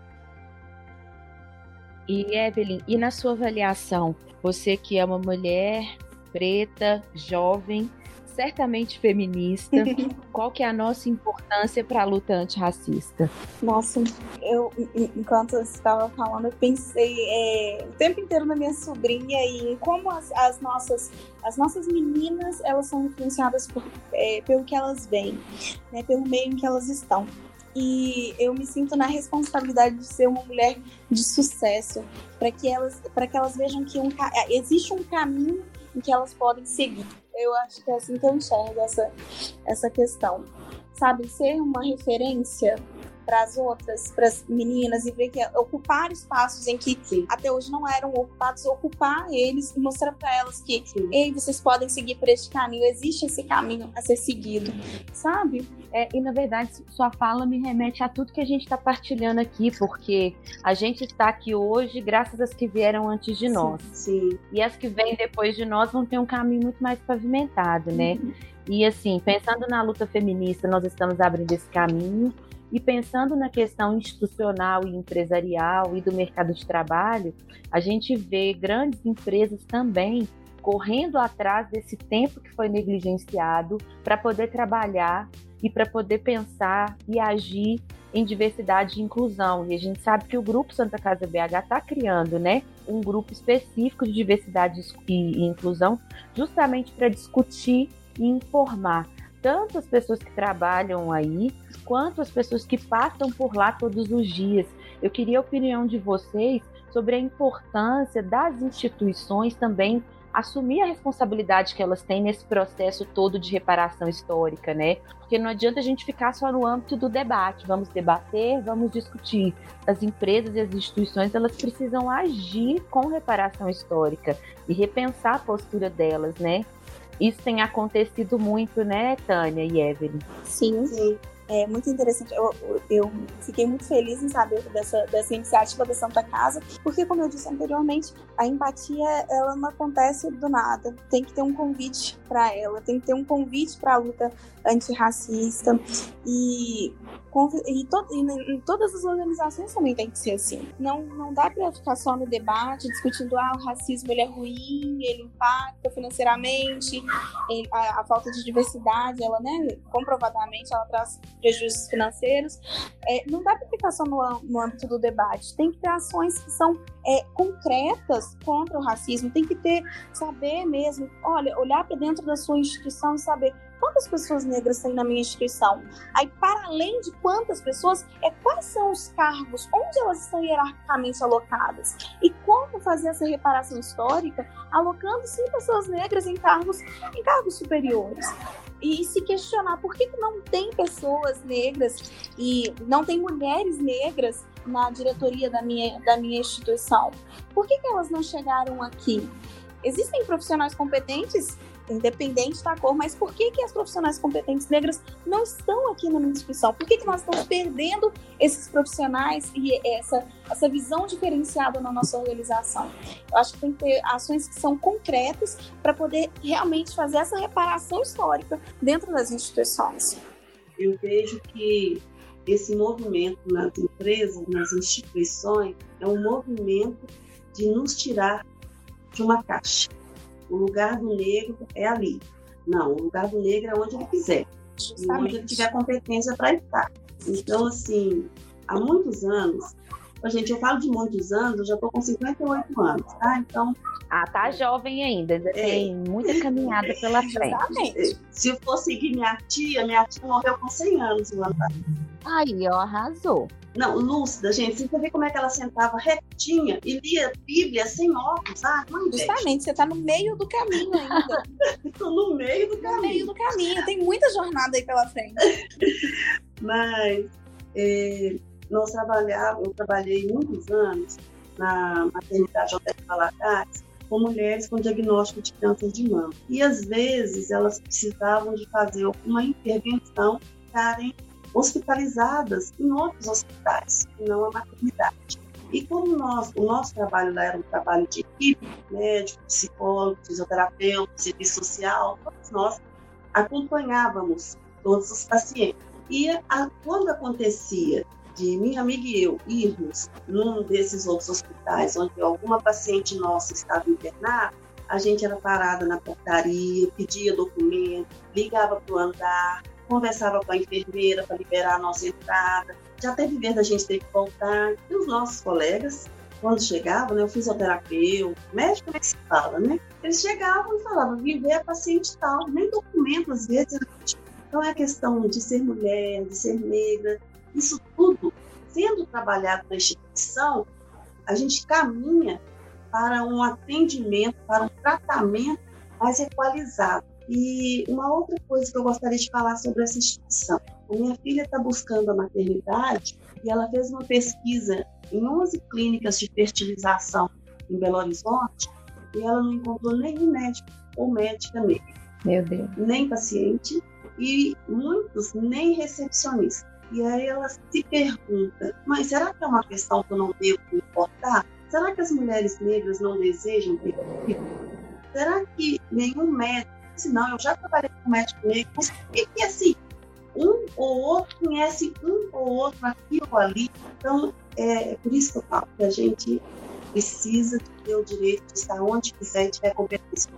E, Evelyn, e na sua avaliação, você que é uma mulher preta, jovem, certamente feminista, qual que é a nossa importância para a luta antirracista? Nossa, eu, enquanto você estava falando, eu pensei é, o tempo inteiro na minha sobrinha e em como as, as, nossas, as nossas meninas, elas são influenciadas por, é, pelo que elas veem, né, pelo meio em que elas estão. E eu me sinto na responsabilidade de ser uma mulher de sucesso, para que elas, para que elas vejam que um, existe um caminho em que elas podem seguir. Eu acho que é assim que eu enxergo essa, essa questão. Sabe, ser uma referência para as outras, para as meninas, e ver que ocupar espaços em que Sim. até hoje não eram ocupados, ocupar eles e mostrar para elas que, Sim. ei, vocês podem seguir por este caminho, existe esse caminho a ser seguido, sabe? É, e na verdade, sua fala me remete a tudo que a gente está partilhando aqui, porque a gente está aqui hoje graças às que vieram antes de nós. Sim. Sim. E as que vêm depois de nós vão ter um caminho muito mais pavimentado, né? Uhum. E assim, pensando na luta feminista, nós estamos abrindo esse caminho. E pensando na questão institucional e empresarial e do mercado de trabalho, a gente vê grandes empresas também correndo atrás desse tempo que foi negligenciado para poder trabalhar e para poder pensar e agir em diversidade e inclusão. E a gente sabe que o Grupo Santa Casa B H está criando, né, um grupo específico de diversidade e inclusão justamente para discutir e informar tanto as pessoas que trabalham aí, quanto as pessoas que passam por lá todos os dias. Eu queria a opinião de vocês sobre a importância das instituições também assumir a responsabilidade que elas têm nesse processo todo de reparação histórica, né? Porque não adianta a gente ficar só no âmbito do debate. Vamos debater, vamos discutir. As empresas e as instituições, elas precisam agir com reparação histórica e repensar a postura delas, né? Isso tem acontecido muito, né, Tânia e Evelyn? Sim, sim. É muito interessante. Eu, eu fiquei muito feliz em saber dessa, dessa iniciativa da Santa Casa, porque, como eu disse anteriormente, a empatia, ela não acontece do nada. Tem que ter um convite para ela, tem que ter um convite para a luta antirracista. E, e, to, e, e todas as organizações também tem que ser assim. Não, não dá para ficar só no debate, discutindo ah, o racismo ele é ruim, ele impacta financeiramente, ele, a, a falta de diversidade, ela, né, comprovadamente, ela traz prejuízos financeiros. É, não dá para ficar só no, no âmbito do debate. Tem que ter ações que são é, concretas contra o racismo. Tem que ter, saber mesmo, olha, olhar para dentro da sua instituição e saber quantas pessoas negras tem na minha instituição? Aí, para além de quantas pessoas, é quais são os cargos, onde elas estão hierarquicamente alocadas? E como fazer essa reparação histórica, alocando sim pessoas negras em cargos, em cargos superiores? E se questionar por que não tem pessoas negras e não tem mulheres negras na diretoria da minha, da minha instituição? Por que que elas não chegaram aqui? Existem profissionais competentes, independente da cor, mas por que que as profissionais competentes negras não estão aqui na minha instituição? Por que que nós estamos perdendo esses profissionais e essa, essa visão diferenciada na nossa organização? Eu acho que tem que ter ações que são concretas para poder realmente fazer essa reparação histórica dentro das instituições. Eu vejo que esse movimento nas empresas, nas instituições, é um movimento de nos tirar de uma caixa. O lugar do negro é ali. Não, o lugar do negro é onde ele quiser. E onde ele tiver competência para estar. Então, assim, há muitos anos, gente, eu falo de muitos anos, eu já estou com cinquenta e oito anos, tá? Então... Ah, tá jovem ainda, ainda é, tem muita caminhada pela frente. Exatamente. Se eu for seguir minha tia, minha tia morreu com cem anos no ano passado. Aí, ó, arrasou. Não, lúcida, gente. Você vê como é que ela sentava retinha e lia Bíblia sem óculos, ah, não. Justamente, você tá no meio do caminho ainda. Estou no meio do caminho. No meio do caminho, tem muita jornada aí pela frente. Mas é, nós trabalhávamos, eu trabalhei muitos anos na maternidade Alberto Valadares com mulheres com diagnóstico de câncer de mama. E às vezes elas precisavam de fazer alguma intervenção para ficarem hospitalizadas em outros hospitais, não a maternidade. E como nós, o nosso trabalho lá era um trabalho de equipe, médico, psicólogo, fisioterapeuta, serviço social, todos nós acompanhávamos todos os pacientes. E a, quando acontecia de minha amiga e eu irmos num desses outros hospitais onde alguma paciente nossa estava internada, a gente era parada na portaria, pedia documento, ligava para o andar, conversava com a enfermeira para liberar a nossa entrada. Já teve vez da gente ter que voltar. E os nossos colegas, quando chegavam, né, o fisioterapeuta, o médico, como é que se fala, né? Eles chegavam e falavam, viver a paciente tal, nem documento às vezes. Então é a questão de ser mulher, de ser negra, isso tudo, sendo trabalhado na instituição, a gente caminha para um atendimento, para um tratamento mais equalizado. E uma outra coisa que eu gostaria de falar sobre essa instituição. A minha filha está buscando a maternidade e ela fez uma pesquisa em onze clínicas de fertilização em Belo Horizonte e ela não encontrou nenhum médico ou médica negra. Meu Deus. Nem paciente e muitos nem recepcionista. E aí ela se pergunta, mas será que é uma questão que eu não devo me importar? Será que as mulheres negras não desejam ter filho? Será que nenhum médico, se não, eu já trabalhei com médico negro, mas por que que assim, um ou outro conhece um ou outro aqui ou ali? Então, é, é por isso que eu falo que a gente precisa ter o direito de estar onde quiser e tiver competência.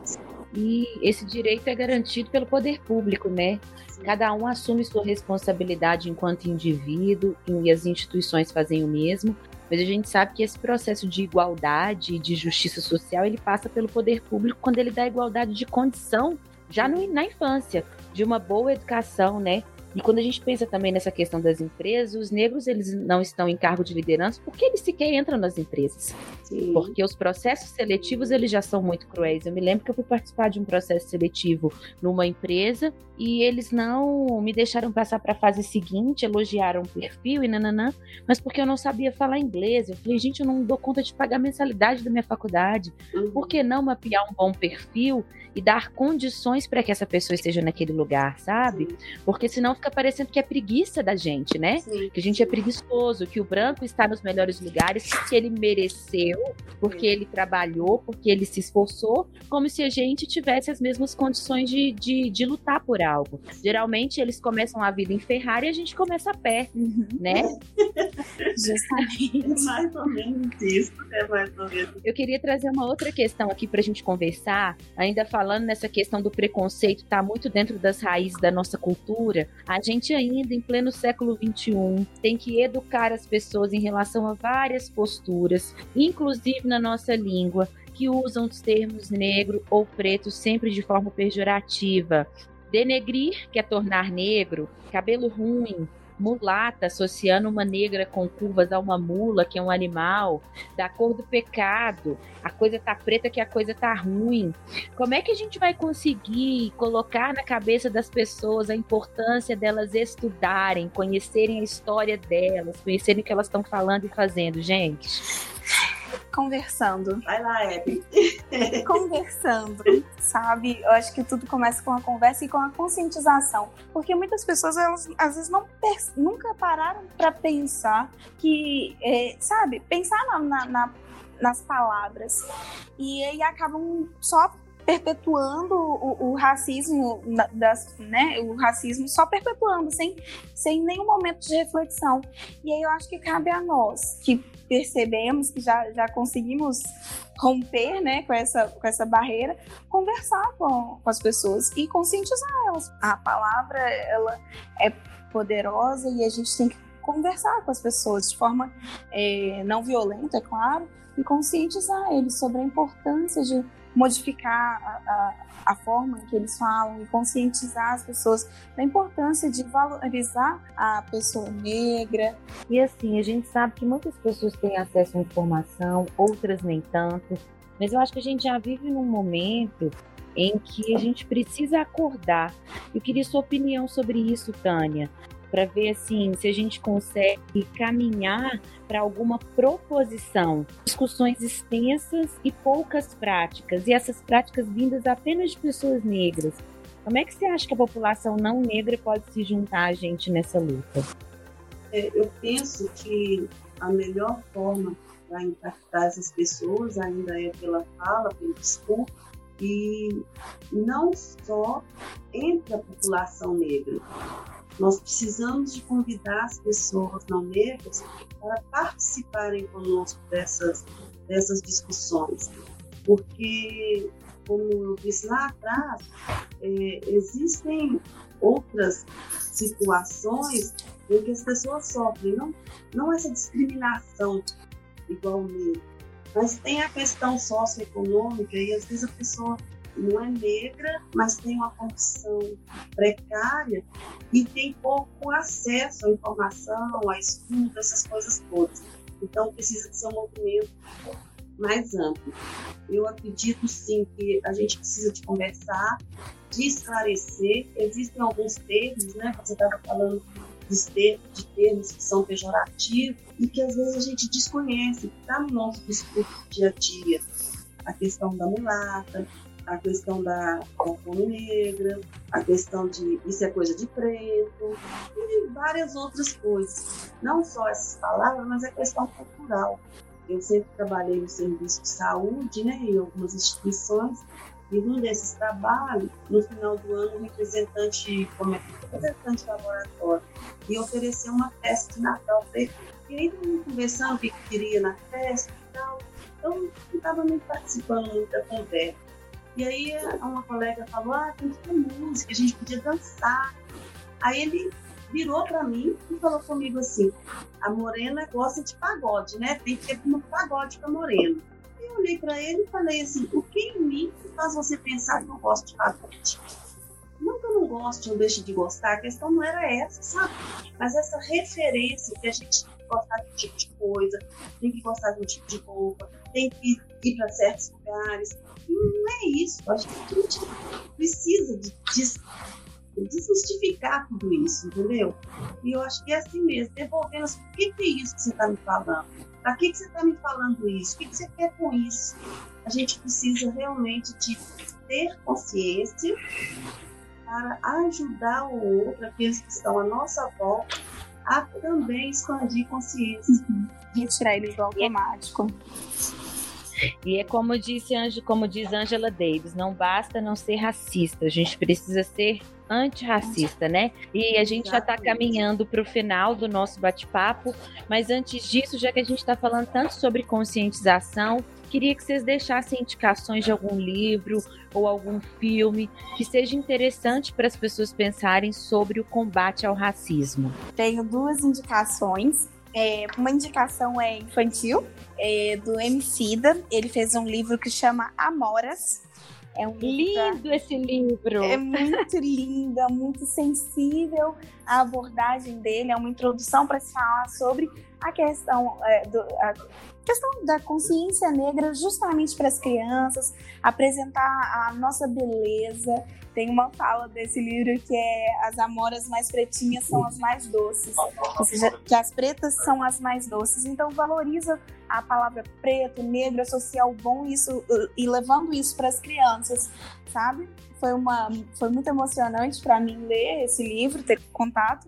E esse direito é garantido pelo poder público, né? Sim. Cada um assume sua responsabilidade enquanto indivíduo e as instituições fazem o mesmo, mas a gente sabe que esse processo de igualdade e de justiça social, ele passa pelo poder público quando ele dá igualdade de condição já no, na infância, de uma boa educação, né? E quando a gente pensa também nessa questão das empresas, os negros eles não estão em cargo de liderança porque eles sequer entram nas empresas. Sim. Porque os processos seletivos eles já são muito cruéis. Eu me lembro que eu fui participar de um processo seletivo numa empresa e eles não me deixaram passar para a fase seguinte, elogiaram o perfil e nananã, mas porque eu não sabia falar inglês. Eu falei, gente, eu não dou conta de pagar a mensalidade da minha faculdade. Uhum. Por que não mapear um bom perfil e dar condições para que essa pessoa esteja naquele lugar, sabe? Sim. Porque senão fica parecendo que é preguiça da gente, né? Sim. Que a gente é preguiçoso, que o branco está nos melhores lugares porque ele mereceu, porque ele trabalhou, porque ele se esforçou, como se a gente tivesse as mesmas condições de, de, de lutar por algo. Geralmente eles começam a vida em Ferrari e a gente começa a pé, uhum. né? Justamente. É mais ou menos isso, é mais ou menos. Eu queria trazer uma outra questão aqui pra gente conversar, ainda falando nessa questão do preconceito, tá muito dentro das raízes da nossa cultura. A gente ainda, em pleno século vinte e um, tem que educar as pessoas em relação a várias posturas, inclusive na nossa língua, que usam os termos negro ou preto sempre de forma pejorativa. Denegrir, que é tornar negro, cabelo ruim, mulata, associando uma negra com curvas a uma mula, que é um animal, da cor do pecado, a coisa tá preta que a coisa tá ruim. Como é que a gente vai conseguir colocar na cabeça das pessoas a importância delas estudarem, conhecerem a história delas, conhecerem o que elas estão falando e fazendo, gente? Conversando. Vai lá, Hebe. Conversando, sabe? Eu acho que tudo começa com a conversa e com a conscientização. Porque muitas pessoas, elas às vezes não nunca pararam para pensar que, é, sabe? Pensar na, na, na, nas palavras. E aí acabam só perpetuando o, o racismo, das, né? O racismo só perpetuando, sem, sem nenhum momento de reflexão. E aí eu acho que cabe a nós, que percebemos que já, já conseguimos romper, né, com, essa, com essa barreira, conversar com, com as pessoas e conscientizar elas. A palavra, ela é poderosa e a gente tem que conversar com as pessoas de forma é, não violenta, é claro, e conscientizar eles sobre a importância de modificar a, a, a forma em que eles falam e conscientizar as pessoas da importância de valorizar a pessoa negra. E assim, a gente sabe que muitas pessoas têm acesso à informação, outras nem tanto, mas eu acho que a gente já vive num momento em que a gente precisa acordar. Eu queria sua opinião sobre isso, Tânia, para ver assim, se a gente consegue caminhar para alguma proposição. Discussões extensas e poucas práticas, e essas práticas vindas apenas de pessoas negras. Como é que você acha que a população não negra pode se juntar a gente nessa luta? É, eu penso que a melhor forma para impactar essas pessoas ainda é pela fala, pelo discurso, e não só entre a população negra. Nós precisamos de convidar as pessoas não negras para participarem conosco dessas, dessas discussões, porque, como eu disse lá atrás, é, existem outras situações em que as pessoas sofrem, não, não essa discriminação igual negro, mas tem a questão socioeconômica e às vezes a pessoa não é negra, mas tem uma condição precária e tem pouco acesso à informação, à estudo, essas coisas todas. Então precisa de ser um movimento mais amplo. Eu acredito sim que a gente precisa de conversar, de esclarecer. Existem alguns termos, né? Você estava falando de termos que são pejorativos e que às vezes a gente desconhece, que está no nosso discurso dia a dia. A questão da mulata, a questão da, da fome negra, a questão de isso é coisa de preto, e várias outras coisas. Não só essas palavras, mas a questão cultural. Eu sempre trabalhei no serviço de saúde, né, em algumas instituições, e num desses trabalhos, no final do ano, o representante, como é, representante do laboratório, e ofereceu uma festa de Natal para ele. E aí, conversando o que queria na festa e tal, então não estava nem participando muito da conversa. E aí uma colega falou, ah, tem que ter música, a gente podia dançar. Aí ele virou para mim e falou comigo assim, a morena gosta de pagode, né? Tem que ter um pagode para morena. Eu olhei para ele e falei assim, o que em mim faz você pensar que eu gosto de pagode? Não que eu não goste, eu deixe de gostar, a questão não era essa, sabe? Mas essa referência que a gente tem que gostar de um tipo de coisa, tem que gostar de um tipo de roupa, tem que ir para certos lugares. Não é isso, a gente precisa de, de desmistificar tudo isso, entendeu? E eu acho que é assim mesmo, devolvendo assim, o que é isso que você está me falando? Para que, que você está me falando isso? O que, que você quer com isso? A gente precisa realmente de ter consciência para ajudar o outro, aqueles que estão à nossa volta, a também expandir consciência. Uhum. Retirar eles do automático. E é como disse, como diz Angela Davis, não basta não ser racista, a gente precisa ser antirracista, né? E a gente já está caminhando para o final do nosso bate-papo, mas antes disso, já que a gente está falando tanto sobre conscientização, queria que vocês deixassem indicações de algum livro ou algum filme que seja interessante para as pessoas pensarem sobre o combate ao racismo. Tenho duas indicações. É, uma indicação é infantil, é do Emicida. Ele fez um livro que chama Amoras. É um lindo pra... esse livro. É muito lindo, é muito sensível a abordagem dele, é uma introdução para se falar sobre a questão, é, do, a questão da consciência negra justamente para as crianças, apresentar a nossa beleza. Tem uma fala desse livro que é: as amoras mais pretinhas são as mais doces, ou seja, que as pretas são as mais doces. Então valoriza a palavra preto, negro, associar o bom isso, e levando isso para as crianças, sabe? Foi, uma, foi muito emocionante para mim ler esse livro, ter contato.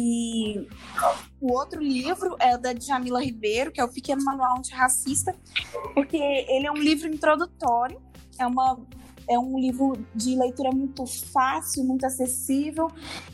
E o outro livro é o da Djamila Ribeiro, que é o Pequeno Manual Antirracista, porque ele é um livro introdutório, é uma... É um livro de leitura muito fácil, muito acessível,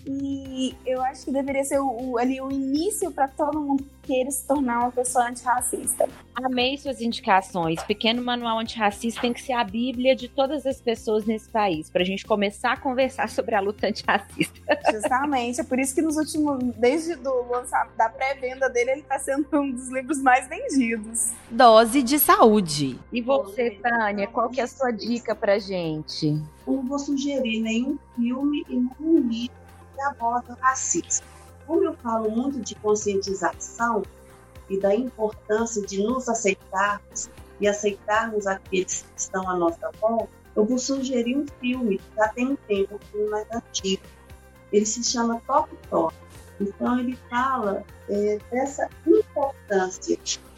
e eu acho que deveria ser o, o, ali, o início para todo mundo queira se tornar uma pessoa antirracista. Amei suas indicações. Pequeno Manual Antirracista tem que ser a bíblia de todas as pessoas nesse país, para a gente começar a conversar sobre a luta antirracista. Justamente, é por isso que nos últimos, desde o lançamento da pré-venda dele, ele está sendo um dos livros mais vendidos. Dose de saúde. E você, Tânia, qual que é a sua dica pra gente? Eu não vou sugerir nenhum filme e nenhum livro que aborda o racismo. Como eu falo muito de conscientização e da importância de nos aceitarmos e aceitarmos aqueles que estão à nossa volta, eu vou sugerir um filme que já tem um tempo, um filme mais antigo. Ele se chama Toque Toque. Então ele fala é, dessa importância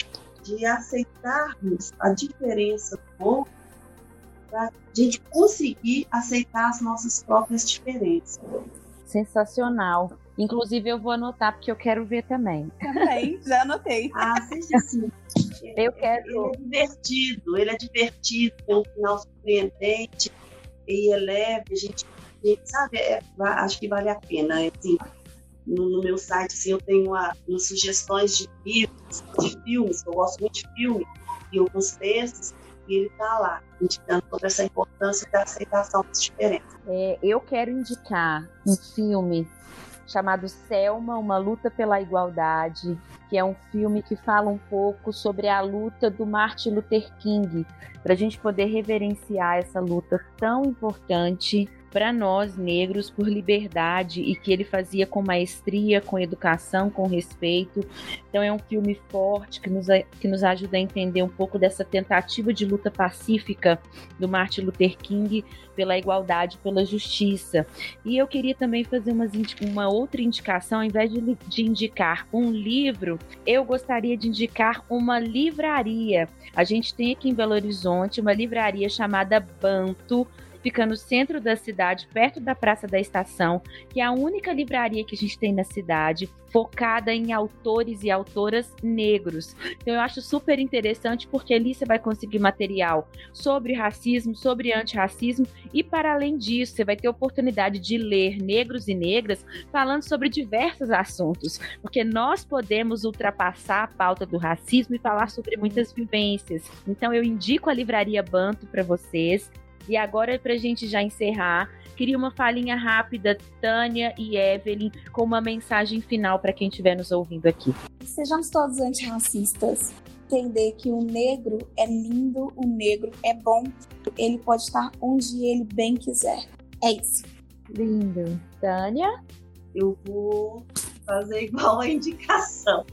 de aceitarmos a diferença do outro, para a gente conseguir aceitar as nossas próprias diferenças. Sensacional. Inclusive eu vou anotar porque eu quero ver também. Também, já anotei. Ah, assiste sim. Eu quero. Ele é divertido, ele é divertido, tem um final surpreendente e é leve, a gente, a gente sabe, é, acho que vale a pena. Assim, no, no meu site assim, eu tenho uma, umas sugestões de livros, de filmes, que eu gosto muito de filme, e alguns textos, e ele está lá, indicando toda essa importância da aceitação das diferenças. É, eu quero indicar um filme chamado Selma, Uma Luta pela Igualdade, que é um filme que fala um pouco sobre a luta do Martin Luther King, para a gente poder reverenciar essa luta tão importante para nós negros por liberdade, e que ele fazia com maestria, com educação, com respeito. Então é um filme forte que nos, que nos ajuda a entender um pouco dessa tentativa de luta pacífica do Martin Luther King pela igualdade, pela justiça. E eu queria também fazer umas, uma outra indicação. Ao invés de, de indicar um livro, eu gostaria de indicar uma livraria. A gente tem aqui em Belo Horizonte uma livraria chamada Banto, fica no centro da cidade, perto da Praça da Estação, que é a única livraria que a gente tem na cidade, focada em autores e autoras negros. Então eu acho super interessante, porque ali você vai conseguir material sobre racismo, sobre antirracismo, e para além disso, você vai ter oportunidade de ler negros e negras falando sobre diversos assuntos, porque nós podemos ultrapassar a pauta do racismo e falar sobre muitas vivências. Então eu indico a Livraria Banto para vocês. E agora, para a gente já encerrar, queria uma falinha rápida, Tânia e Evelyn, com uma mensagem final para quem estiver nos ouvindo aqui. Sejamos todos antirracistas. Entender que o negro é lindo, o negro é bom, ele pode estar onde ele bem quiser. É isso. Lindo. Tânia? Eu vou fazer igual a indicação.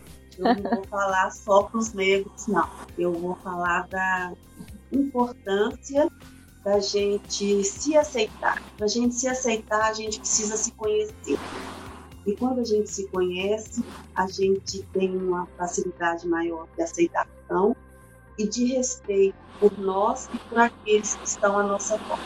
Eu não vou falar só para os negros, não. Eu vou falar da importância da gente se aceitar. Para a gente se aceitar, a gente precisa se conhecer. E quando a gente se conhece, a gente tem uma facilidade maior de aceitação e de respeito por nós e por aqueles que estão à nossa volta.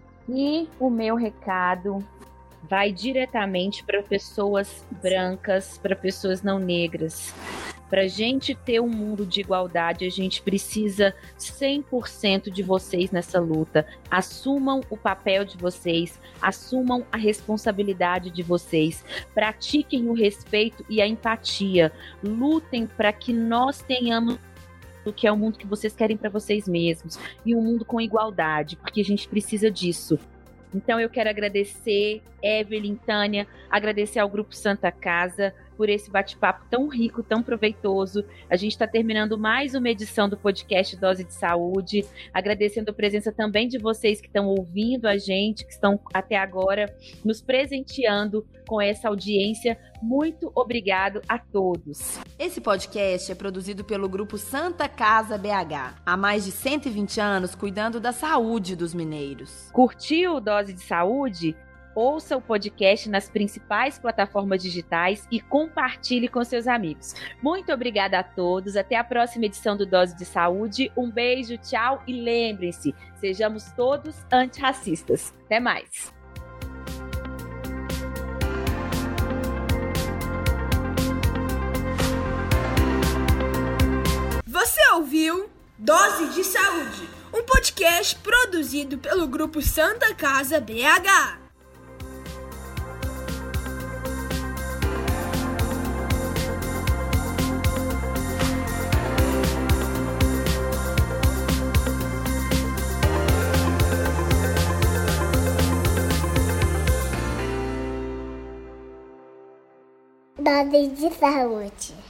E o meu recado vai diretamente para pessoas brancas, para pessoas não negras. Para a gente ter um mundo de igualdade, a gente precisa cem por cento de vocês nessa luta. Assumam o papel de vocês, assumam a responsabilidade de vocês, pratiquem o respeito e a empatia, lutem para que nós tenhamos o que é o mundo que vocês querem para vocês mesmos, e um mundo com igualdade, porque a gente precisa disso. Então eu quero agradecer, Evelyn, Tânia, agradecer ao Grupo Santa Casa por esse bate-papo tão rico, tão proveitoso. A gente está terminando mais uma edição do podcast Dose de Saúde, agradecendo a presença também de vocês que estão ouvindo a gente, que estão até agora nos presenteando com essa audiência. Muito obrigado a todos. Esse podcast é produzido pelo Grupo Santa Casa B H, há mais de cento e vinte anos cuidando da saúde dos mineiros. Curtiu Dose de Saúde? Ouça o podcast nas principais plataformas digitais e compartilhe com seus amigos. Muito obrigada a todos. Até a próxima edição do Dose de Saúde. Um beijo, tchau e lembrem-se, sejamos todos antirracistas. Até mais. Você ouviu Dose de Saúde, um podcast produzido pelo Grupo Santa Casa B H. Dose de Saúde.